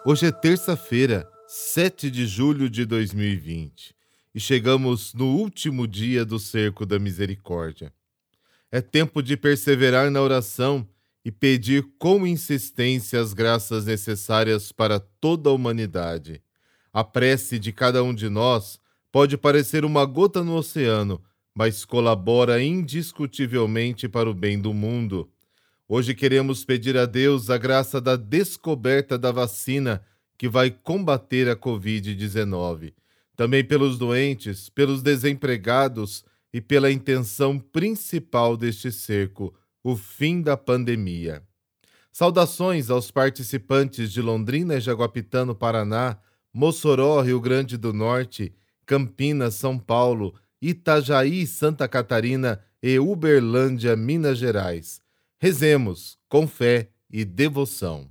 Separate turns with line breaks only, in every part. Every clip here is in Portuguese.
Hoje é terça-feira, 7 de julho de 2020, e chegamos no último dia do Cerco da Misericórdia. É tempo de perseverar na oração e pedir com insistência as graças necessárias para toda a humanidade. A prece de cada um de nós pode parecer uma gota no oceano, mas colabora indiscutivelmente para o bem do mundo. Hoje queremos pedir a Deus a graça da descoberta da vacina que vai combater a Covid-19. Também pelos doentes, pelos desempregados e pela intenção principal deste cerco, o fim da pandemia. Saudações aos participantes de Londrina e Jaguapitã, no Paraná, Mossoró, Rio Grande do Norte, Campinas, São Paulo, Itajaí, Santa Catarina e Uberlândia, Minas Gerais. Rezemos com fé e devoção.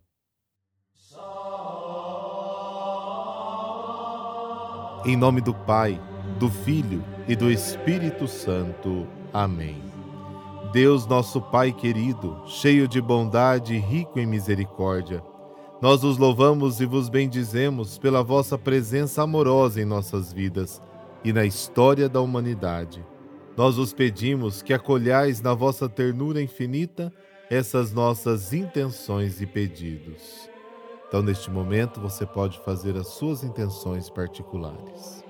Em nome do Pai, do Filho e do Espírito Santo. Amém. Deus, nosso Pai querido, cheio de bondade e rico em misericórdia, nós os louvamos e vos bendizemos pela vossa presença amorosa em nossas vidas e na história da humanidade. Nós os pedimos que acolhais na vossa ternura infinita essas nossas intenções e pedidos. Então, neste momento, você pode fazer as suas intenções particulares.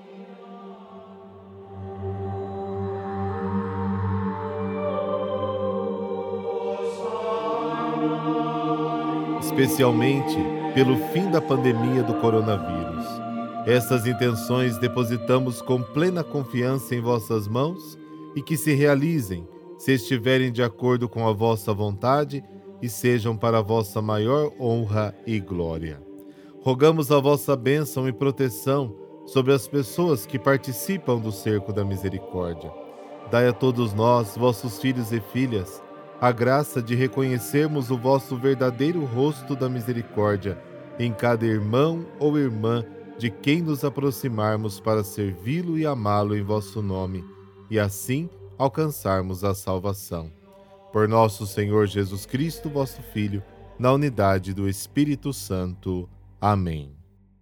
Especialmente pelo fim da pandemia do coronavírus. Essas intenções depositamos com plena confiança em vossas mãos e que se realizem, se estiverem de acordo com a vossa vontade e sejam para a vossa maior honra e glória. Rogamos a vossa bênção e proteção sobre as pessoas que participam do Cerco da Misericórdia. Dai a todos nós, vossos filhos e filhas, a graça de reconhecermos o vosso verdadeiro rosto da misericórdia em cada irmão ou irmã de quem nos aproximarmos para servi-lo e amá-lo em vosso nome, e assim alcançarmos a salvação. Por nosso Senhor Jesus Cristo, vosso Filho, na unidade do Espírito Santo. Amém.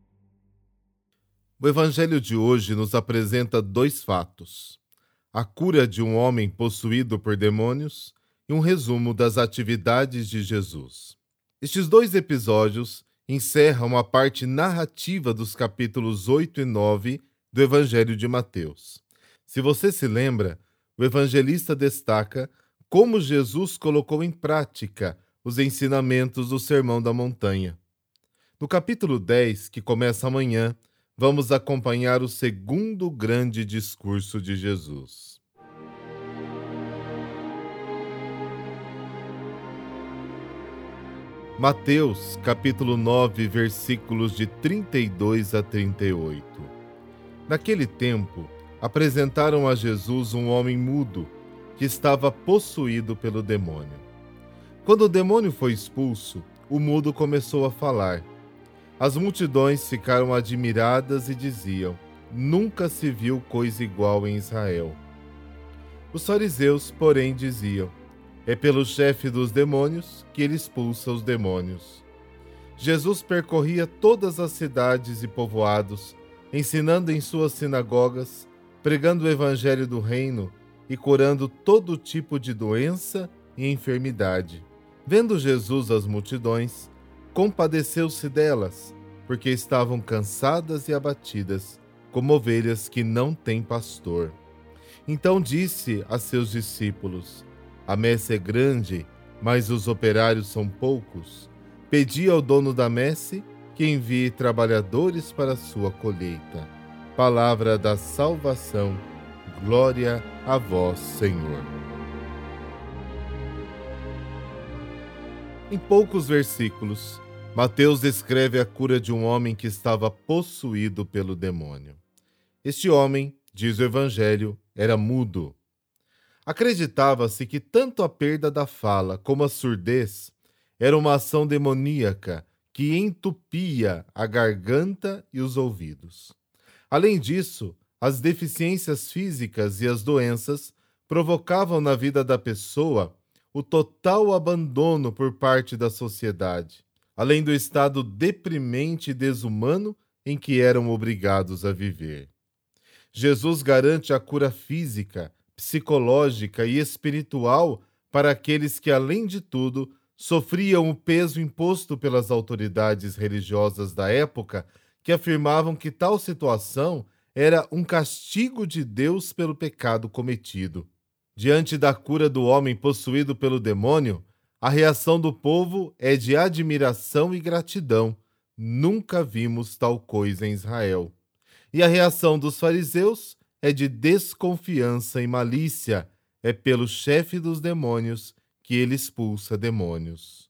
O Evangelho de hoje nos apresenta dois fatos: a cura de um homem possuído por demônios e um resumo das atividades de Jesus. Estes dois episódios encerram a parte narrativa dos capítulos 8 e 9 do Evangelho de Mateus. Se você se lembra, o evangelista destaca como Jesus colocou em prática os ensinamentos do Sermão da Montanha. No capítulo 10, que começa amanhã, vamos acompanhar o segundo grande discurso de Jesus. Mateus, capítulo 9, versículos de 32 a 38. Naquele tempo, apresentaram a Jesus um homem mudo, que estava possuído pelo demônio. Quando o demônio foi expulso, o mudo começou a falar. As multidões ficaram admiradas e diziam: nunca se viu coisa igual em Israel. Os fariseus, porém, diziam: é pelo chefe dos demônios que ele expulsa os demônios. Jesus percorria todas as cidades e povoados, ensinando em suas sinagogas, pregando o evangelho do reino e curando todo tipo de doença e enfermidade. Vendo Jesus as multidões, compadeceu-se delas, porque estavam cansadas e abatidas, como ovelhas que não têm pastor. Então disse a seus discípulos: a messe é grande, mas os operários são poucos. Pedi ao dono da messe que envie trabalhadores para a sua colheita. Palavra da salvação. Glória a vós, Senhor. Em poucos versículos, Mateus descreve a cura de um homem que estava possuído pelo demônio. Este homem, diz o Evangelho, era mudo. Acreditava-se que tanto a perda da fala como a surdez era uma ação demoníaca que entupia a garganta e os ouvidos. Além disso, as deficiências físicas e as doenças provocavam na vida da pessoa o total abandono por parte da sociedade. além do estado deprimente e desumano em que eram obrigados a viver. Jesus garante a cura física, psicológica e espiritual para aqueles que, além de tudo, sofriam o peso imposto pelas autoridades religiosas da época, que afirmavam que tal situação era um castigo de Deus pelo pecado cometido. Diante da cura do homem possuído pelo demônio, a reação do povo é de admiração e gratidão. Nunca vimos tal coisa em Israel. E a reação dos fariseus é de desconfiança e malícia. É pelo chefe dos demônios que ele expulsa demônios.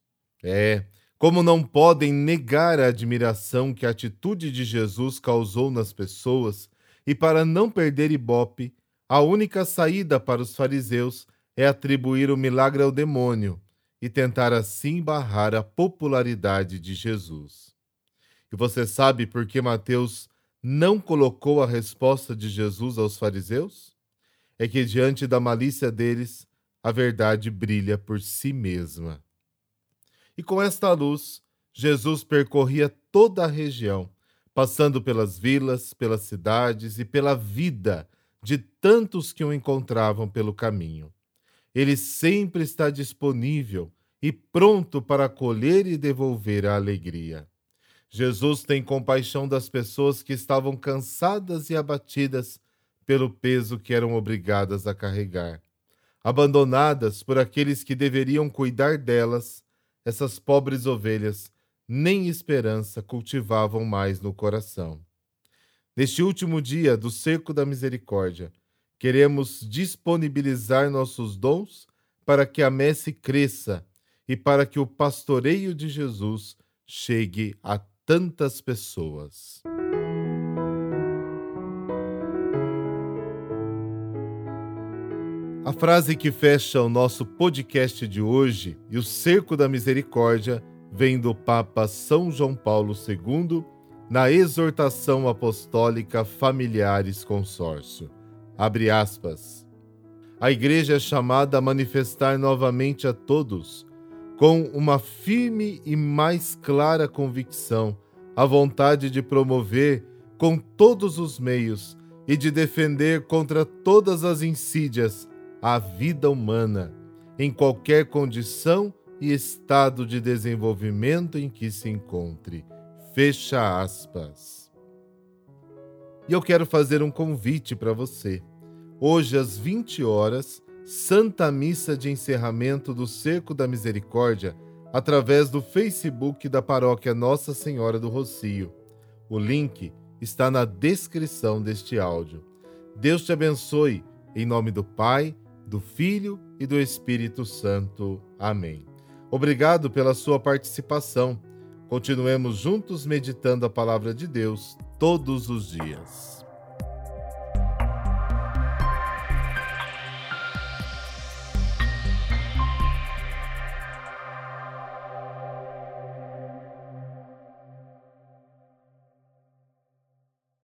Como não podem negar a admiração que a atitude de Jesus causou nas pessoas, e para não perder ibope, a única saída para os fariseus é atribuir o milagre ao demônio e tentar assim barrar a popularidade de Jesus. E você sabe por que Mateus não colocou a resposta de Jesus aos fariseus? É que diante da malícia deles, a verdade brilha por si mesma. E com esta luz, Jesus percorria toda a região, passando pelas vilas, pelas cidades e pela vida de tantos que o encontravam pelo caminho. Ele sempre está disponível e pronto para acolher e devolver a alegria. Jesus tem compaixão das pessoas que estavam cansadas e abatidas pelo peso que eram obrigadas a carregar. Abandonadas por aqueles que deveriam cuidar delas, essas pobres ovelhas nem esperança cultivavam mais no coração. Neste último dia do Cerco da Misericórdia, queremos disponibilizar nossos dons para que a messe cresça e para que o pastoreio de Jesus chegue a tantas pessoas. A frase que fecha o nosso podcast de hoje e o Cerco da Misericórdia vem do Papa São João Paulo II na exortação apostólica Familiares Consórcio. Abre aspas. A Igreja é chamada a manifestar novamente a todos, com uma firme e mais clara convicção, a vontade de promover com todos os meios e de defender contra todas as insídias a vida humana, em qualquer condição e estado de desenvolvimento em que se encontre. Fecha aspas. E eu quero fazer um convite para você. Hoje, às 20 horas, Santa Missa de encerramento do Cerco da Misericórdia, através do Facebook da Paróquia Nossa Senhora do Rocio. O link está na descrição deste áudio. Deus te abençoe, em nome do Pai, do Filho e do Espírito Santo. Amém. Obrigado pela sua participação. Continuemos juntos meditando a palavra de Deus todos os dias.